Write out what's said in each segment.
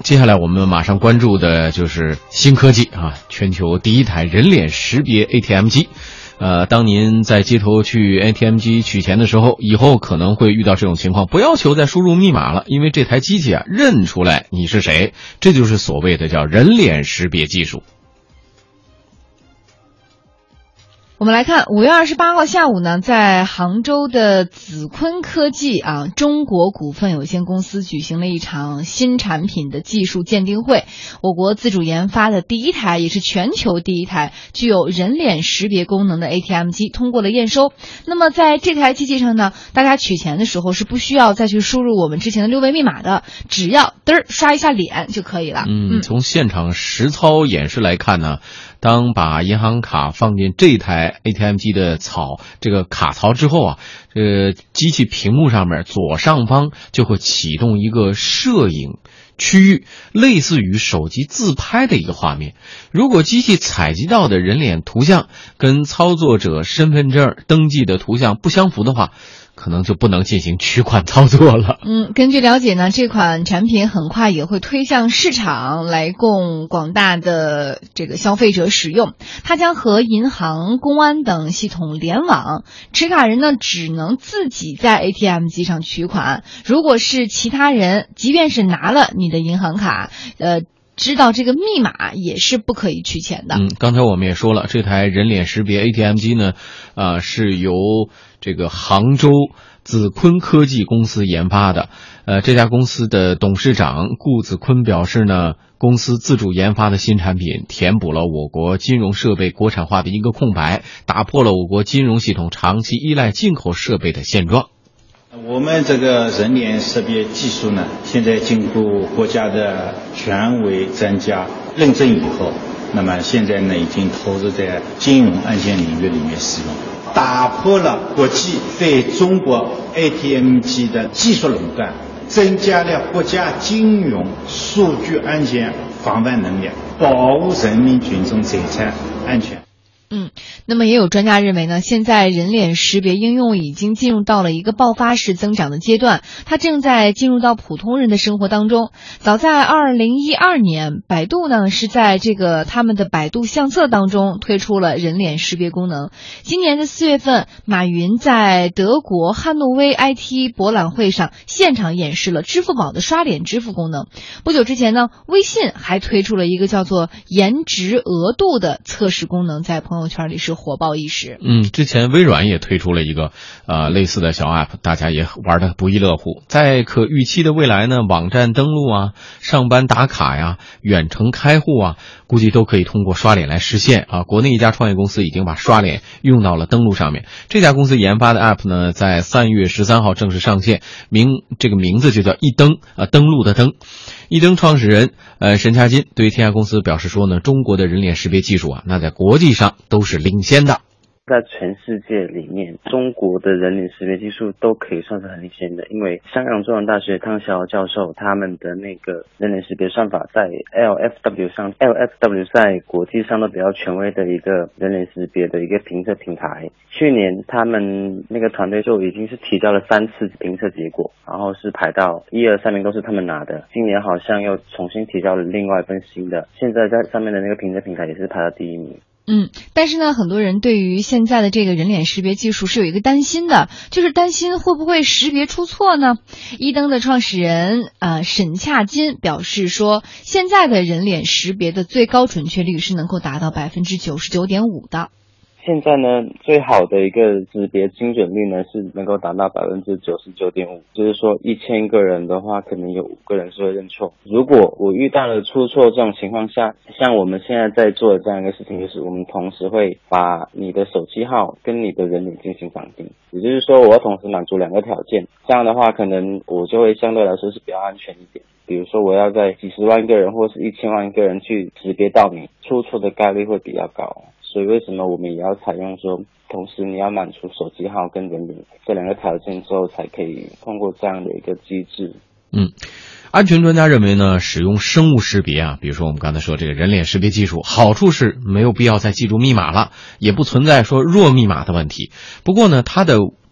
接下来我们马上关注的就是新科技啊，全球第一台人脸识别 ATM 机。当您在街头去 ATM 机取钱的时候，以后可能会遇到这种情况，不要求再输入密码了，因为这台机器啊认出来你是谁，这就是所谓的叫人脸识别技术。 我们来看5月28号下午呢，在杭州的紫坤科技中国股份有限公司举行了一场新产品的技术鉴定会。我国自主研发的第一台，也是全球第一台具有人脸识别功能的 ATM 机通过了验收。那么在这台机器上呢，大家取钱的时候是不需要再去输入我们之前的6位密码的，只要刷一下脸就可以了。 从现场实操演示来看呢，当把银行卡放进这台 ATM 机的这个卡槽之后啊，这个机器屏幕上面左上方就会启动一个摄影区域，类似于手机自拍的一个画面。如果机器采集到的人脸图像跟操作者身份证登记的图像不相符的话，可能就不能进行取款操作了。 根据了解呢，这款产品很快也会推向市场来供广大的这个消费者使用。它将和银行、公安等系统联网，持卡人呢只能自己在 ATM 机上取款。如果是其他人，即便是拿了你的银行卡，知道这个密码也是不可以取钱的。 刚才我们也说了，这台人脸识别 ATM 机呢，是由这个杭州紫坤科技公司研发的。这家公司的董事长顾子坤表示呢，公司自主研发的新产品填补了我国金融设备国产化的一个空白，打破了我国金融系统长期依赖进口设备的现状。 我们这个人脸识别技术呢，现在经过国家的权威专家认证以后，那么现在呢已经投入在金融案件领域里面使用，打破了国际对中国 ATM 机的技术垄断，增加了国家金融数据安全防范能力，保护人民群众财产安全。 那么也有专家认为呢，现在人脸识别应用已经进入到了一个爆发式增长的阶段，它正在进入到普通人的生活当中。早在2012年，百度呢是在这个他们的百度相册当中推出了人脸识别功能。今年的4月份，马云在德国汉诺威 IT 博览会上现场演示了支付宝的刷脸支付功能。不久之前呢，微信还推出了一个叫做颜值额度的测试功能，在朋友圈里是火爆一时。 之前微软也推出了一个类似的小 app， 大家也玩得不亦乐乎。在可预期的未来呢，网站登录啊、上班打卡呀、远程开户啊，估计都可以通过刷脸来实现啊。国内一家创业公司已经把刷脸用到了登录上面。这家公司研发的 app 呢，在3月13号正式上线，这个名字就叫一登登录的登。一登创始人沈恰金对天下公司表示说呢，中国的人脸识别技术那在国际上都是领先的。 在全世界里面，中国的人脸识别技术都可以算是很领先的，因为香港中文大学汤小教授他们的那个人脸识别算法在 LFW 在国际上都比较权威的一个人脸识别的一个评测平台。去年他们那个团队就已经是提交了3次评测结果，然后是排到1、2、3名都是他们拿的。今年好像又重新提交了另外一份新的，现在在上面的那个评测平台也是排到第1名。 但是呢，很多人对于现在的这个人脸识别技术是有一个担心的，就是担心会不会识别出错呢？一登的创始人沈恰金表示说，现在的人脸识别的最高准确率是能够达到99.5%的。 现在呢，最好的一个识别精准率呢是能够达到99.5%，就是说1000个人的话，可能有5个人是会认错。如果我遇到了出错这种情况下，像我们现在在做的这样一个事情，就是我们同时会把你的手机号跟你的人脸进行绑定，也就是说我要同时满足2个条件，这样的话可能我就会相对来说是比较安全一点。比如说我要在几十万个人或是1000万个人去识别到你，出错的概率会比较高。所以为什么我们也要采用说，同时你要满足手机号跟人脸这2个条件之后，才可以通过这样的一个机制。 安全专家认为呢，使用生物识别比如说我们刚才说这个人脸识别技术，好处是没有必要再记住密码了，也不存在说弱密码的问题。不过呢，它的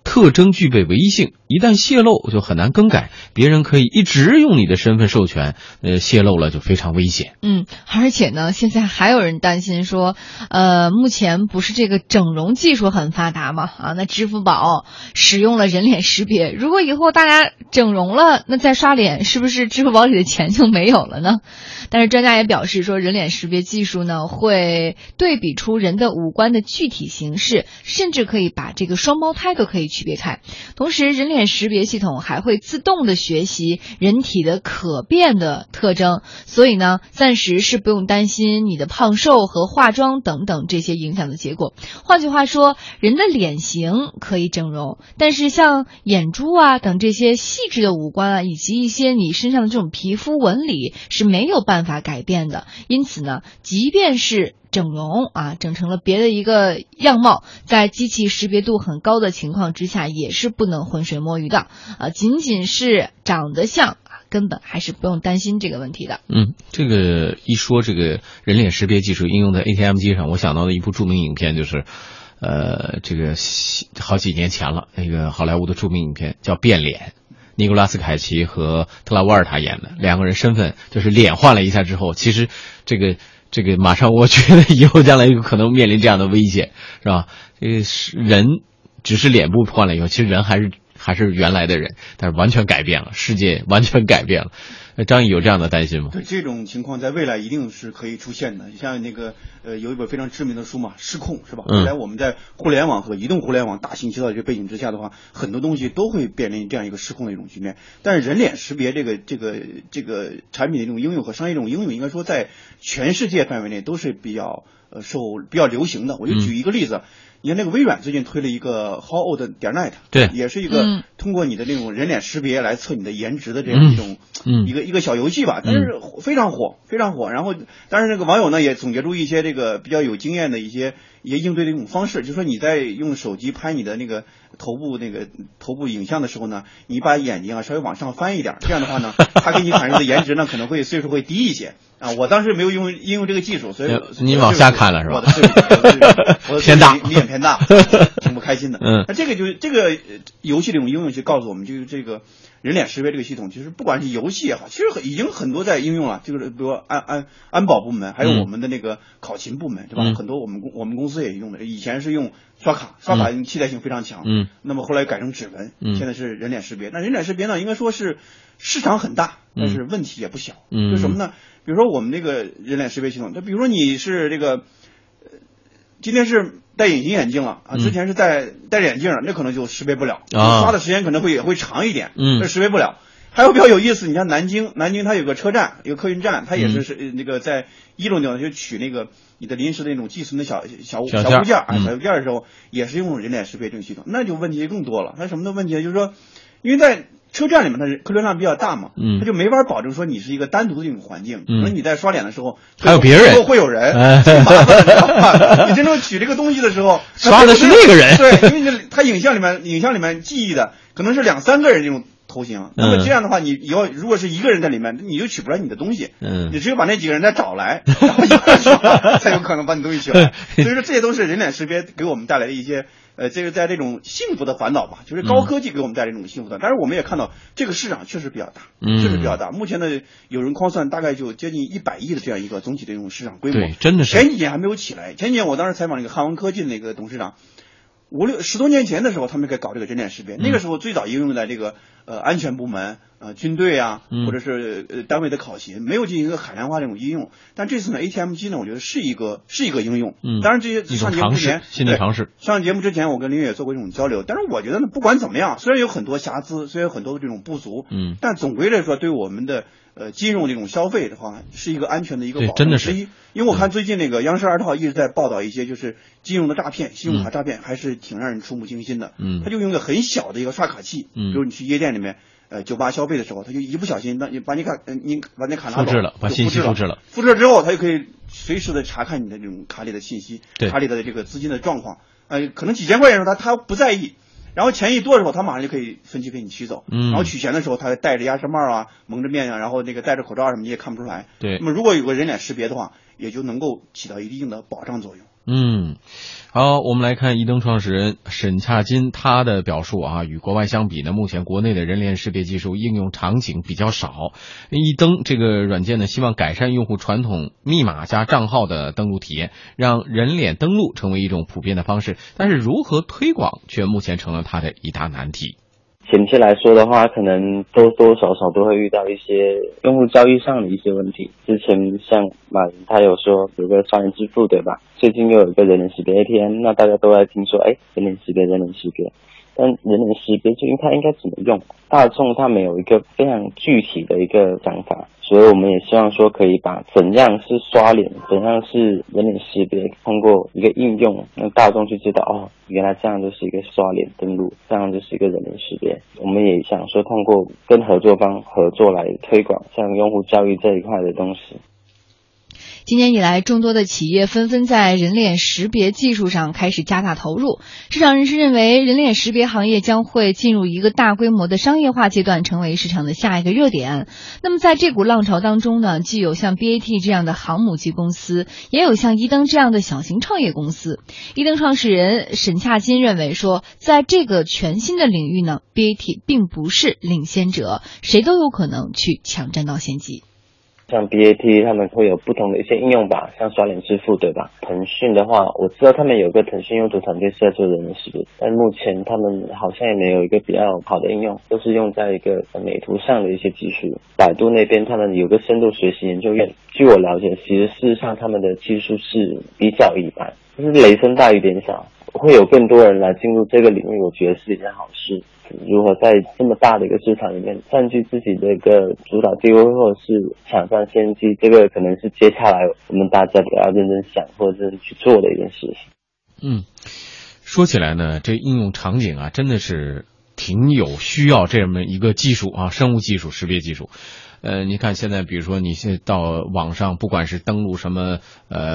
特征具备唯一性，一旦泄露就很难更改，别人可以一直用你的身份授权，泄露了就非常危险。 而且呢，现在还有人担心说，目前不是这个整容技术很发达吗？那支付宝使用了人脸识别，如果以后大家整容了，那再刷脸，是不是支付宝里的钱就没有了呢？但是专家也表示说，人脸识别技术呢，会对比出人的五官的具体形式，甚至可以把这个双胞胎都可以区别开。同时，人脸识别系统还会自动的学习人体的可变的特征，所以呢，暂时是不用担心你的胖瘦和化妆等等这些影响的结果。换句话说，人的脸型可以整容，但是像眼珠啊等这些细致的五官啊，以及一些你身上的这种皮肤纹理是没有办法改变的。因此呢，即便是整容啊，整成了别的一个样貌，在机器识别度很高的情况之下，也是不能浑水摸鱼的仅仅是长得像根本还是不用担心这个问题的。 这个一说这个人脸识别技术应用在 ATM 机上，我想到的一部著名影片就是这个好几年前了，那个好莱坞的著名影片叫《变脸》，尼古拉斯凯奇和特拉沃尔塔演的，两个人身份就是脸换了一下之后，其实这个马上我觉得以后将来有可能面临这样的危险，是吧？人只是脸部换了以后，其实人还是原来的人，但是完全改变了，世界完全改变了。张毅有这样的担心吗？ 对，这种情况在未来一定是可以出现的。像那个有一本非常知名的书嘛，《失控》是吧？未来我们在互联网和移动互联网大行其道的这个背景之下的话，很多东西都会面临这样一个失控的一种局面。但是人脸识别这个产品的一种应用和商业这种应用，应该说在全世界范围内都是比较流行的。我就举一个例子。你看那个微软最近推了一个 How Old .net， 对， 也是一个通过你的那种人脸识别来测你的颜值的这样一种一个小游戏吧，但是非常火，非常火。然后，当然那个网友呢也总结出一些这个比较有经验的一些应对的一种方式，就是说你在用手机拍你的那个头部影像的时候呢，你把眼睛稍微往上翻一点，这样的话呢，它给你产生的颜值呢可能会岁数会低一些。我当时没有应用这个技术，所以你往下看了是吧？ 我的偏大， 你眼偏大，挺不开心的。那这个游戏这种应用就告诉我们，就是这个人脸识别这个系统，其实不管是游戏也好，其实已经很多在应用了。就是比如说安保部门，还有我们的那个考勤部门，对吧？很多我们公司也用的，以前是用刷卡替代性非常强，那么后来改成指纹，现在是人脸识别。那人脸识别呢，应该说是市场很大，但是问题也不小。就什么呢？比如说我们那个人脸识别系统，就比如说你是这个，今天是戴隐形眼镜了之前是戴着眼镜了，那可能就识别不了，刷的时间可能也会长一点，那识别不了。还有比较有意思，你像南京它有个车站，有个客运站，它也是那个在1楼地方就取那个你的临时的那种寄存的小物件小物件的时候，也是用人脸识别这个系统，那就问题更多了。它什么的问题就是说，因为在车站里面，它客流量比较大嘛，它就没法保证说你是一个单独的这种环境，可能你在刷脸的时候还有别人， 会有人，挺麻烦的。你真正取这个东西的时候， 刷的是那个人， 对，因为它影像里面记忆的可能是2-3个人这种头型，那么这样的话，你以后如果是一个人在里面，你就取不来你的东西，你只有把那几个人再找来，然后一块刷，才有可能把你东西取来。所以说，这些都是人脸识别给我们带来的一些。这个在这种幸福的烦恼吧，就是高科技给我们带来这种幸福的。但是我们也看到这个市场确实比较大，确实比较大。目前呢，有人框算大概就接近100亿的这样一个总体的这种市场规模。 对，真的是。 前几年还没有起来。前几年我当时采访那个汉文科技的那个董事长，10多年前的时候，他们在搞这个人脸识别。那个时候最早应用在这个安全部门、军队啊，或者是单位的考勤，没有进行一个海量化这种应用。但这次呢 ，ATM 机呢，我觉得是一个应用。当然这些上节目之前， 新的尝试。 上节目之前，我跟林月也做过这种交流。但是我觉得呢，不管怎么样，虽然有很多瑕疵，虽然有很多这种不足，但总归来说，对我们的金融这种消费的话，是一个安全的一个保障。 真的是。 因为我看最近那个央视2套一直在报道一些就是金融的诈骗，信用卡诈骗还是挺让人触目惊心的。他就用一个很小的一个刷卡器，比如你去夜店里面。酒吧消费的时候，他就一不小心，你把那卡拿走， 复制了，把信息复制了。 复制了之后，他就可以随时的查看你的这种卡里的信息，卡里的这个资金的状况。可能几千块钱的时候他不在意，然后钱一多的时候，他马上就可以分期给你取走。然后取钱的时候，他戴着鸭舌帽啊，蒙着面啊，然后那个戴着口罩什么你也看不出来。 对。 那么如果有个人脸识别的话，也就能够起到一定的保障作用。 好，我们来看移登创始人沈洽金他的表述啊，与国外相比呢，目前国内的人脸识别技术应用场景比较少。移登这个软件呢，希望改善用户传统密码加账号的登录体验，让人脸登录成为一种普遍的方式，但是如何推广却目前成了他的一大难题。 前期来说的话，可能多多少少都会遇到一些用户交易上的一些问题。之前像马云他有说有个双联支付，对吧？最近又有一个人脸识别 ATM， 那大家都在听说，人脸识别，但人脸识别究竟它应该怎么用？大众他没有一个非常具体的一个想法，所以我们也希望说可以把怎样是刷脸，怎样是人脸识别，通过一个应用，让大众去知道原来这样就是一个刷脸登录，这样就是一个人脸识别。我们也想说通过跟合作方合作来推广像用户教育这一块的东西。 今年以来，众多的企业纷纷在人脸识别技术上开始加大投入。市场人士认为，人脸识别行业将会进入一个大规模的商业化阶段，成为市场的下一个热点。那么在这股浪潮当中呢，既有像 BAT 这样的航母级公司，也有像移登这样的小型创业公司。移登创始人沈洽金认为说，在这个全新的领域呢， BAT 并不是领先者，谁都有可能去抢占到先机。 像 BAT 他们会有不同的一些应用吧，像刷脸支付，对吧？腾讯的话，我知道他们有个腾讯用途团队是在做人脸识别，但目前他们好像也没有一个比较好的应用，都是用在一个美图上的一些技术。百度那边他们有个深度学习研究院，据我了解，其实事实上他们的技术是比较一般，就是雷声大雨点小，会有更多人来进入这个领域，我觉得是一件好事。如何在这么大的一个市场里面占据自己的一个主导地位，或者是抢占先机，这个可能是接下来我们大家比较认真想或者是去做的一件事情。 说起来呢，这应用场景啊，真的是挺有需要这么一个技术啊，生物技术、识别技术。你看现在，比如说你现在到网上，不管是登录什么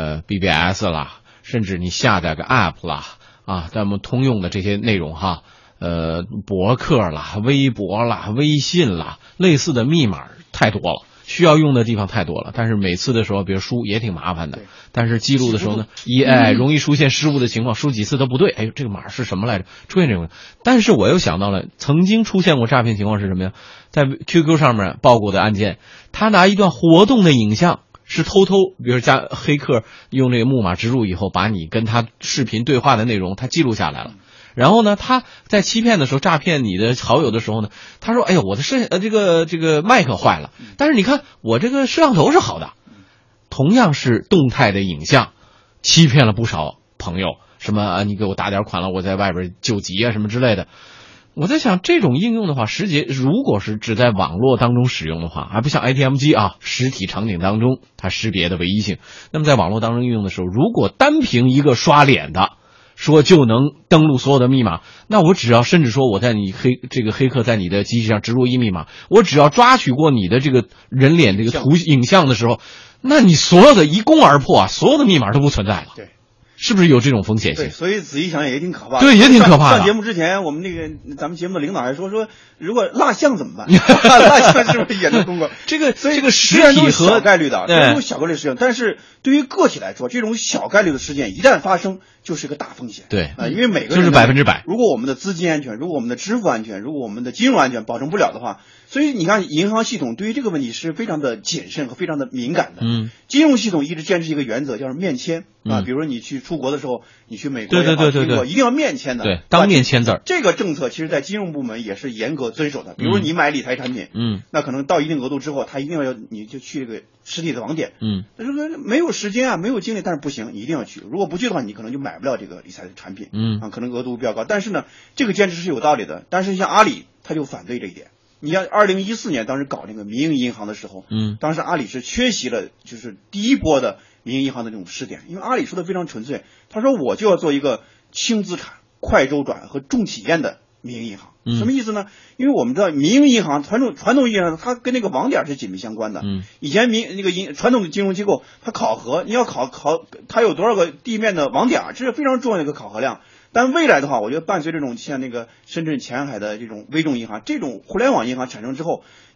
BBS 啦，甚至你下载个 App 啦啊，咱们通用的这些内容哈。博客啦、微博啦、微信啦，类似的密码太多了，需要用的地方太多了。但是每次的时候，比如输也挺麻烦的。但是记录的时候呢，容易出现失误的情况，输几次都不对。这个码是什么来着？出现这种。但是我又想到了，曾经出现过诈骗情况是什么呀？在 QQ 上面报过的案件，他拿一段活动的影像。是偷偷，比如加黑客用这个木马植入以后，把你跟他视频对话的内容他记录下来了。然后呢，他在欺骗的时候，诈骗你的好友的时候呢，他说：“我的这个麦克坏了，但是你看我这个摄像头是好的。”同样是动态的影像，欺骗了不少朋友。什么你给我打点款了，我在外边救急啊什么之类的。我在想，这种应用的话，如果是只在网络当中使用的话，还不像 ATM 机啊，实体场景当中它识别的唯一性。那么在网络当中应用的时候，如果单凭一个刷脸的说就能登录所有的密码，那我只要甚至说我在你黑客在你的机器上植入一密码，我只要抓取过你的这个人脸这个影像的时候，那你所有的一攻而破啊，所有的密码都不存在了。 对。 是不是有这种风险性？ 对，所以仔细想也挺可怕的。 对，也挺可怕的。 上节目之前，我们咱们节目的领导还说，如果蜡像怎么办？蜡像是不是也能通过？ 这个实体和小概率的，这种小概率事件，但是对于个体来说，这种小概率的事件一旦发生，就是个大风险。 对因为每个人就是100%。 如果我们的资金安全，如果我们的支付安全，如果我们的金融安全保证不了的话，所以你看，银行系统对于这个问题是非常的谨慎和非常的敏感的。金融系统一直坚持一个原则，叫面签啊。比如说你去出国的时候，你去美国也好，英国一定要面签的。 对，当面签字。 这个政策其实在金融部门也是严格遵守的。比如说你买理财产品，那可能到一定额度之后，他一定要你就去这个实体的网点。他说没有时间啊，没有精力，但是不行，你一定要去。如果不去的话，你可能就买不了这个理财的产品。可能额度比较高。但是呢，这个坚持是有道理的。但是像阿里，他就反对这一点。你像2014年当时搞那个民营银行的时候，当时阿里是缺席了，就是第一波的民营银行的这种试点，因为阿里说的非常纯粹，他说我就要做一个轻资产、快周转和重体验的民营银行。什么意思呢？因为我们知道民营银行传统意义上它跟那个网点是紧密相关的。以前传统的金融机构它考核，你要考它有多少个地面的网点，这是非常重要的一个考核量。但未来的话，我觉得伴随这种像那个深圳前海的这种微众银行，这种互联网银行产生之后，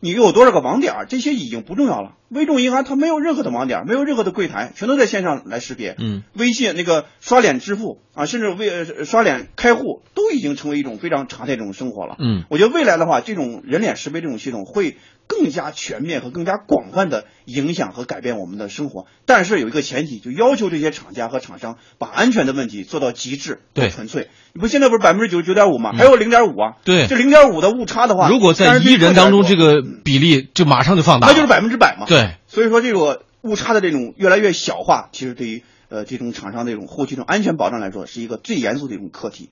你有多少个网点，这些已经不重要了。微众银行它没有任何的网点，没有任何的柜台，全都在线上来识别。微信那个刷脸支付啊，甚至刷脸开户都已经成为一种非常常态这种生活了。我觉得未来的话，这种人脸识别这种系统会更加全面和更加广泛的影响和改变我们的生活。但是有一个前提，就要求这些厂家和厂商把安全的问题做到极致、纯粹。你不现在不是99.5%吗？还有0.5%啊。 对， 这0.5%的误差的话， 如果在1人当中，这个比例就马上就放大了， 那就是100%嘛。 对， 所以说这个误差的这种越来越小化，其实对于这种厂商这种后期这种安全保障来说，是一个最严肃的一种课题。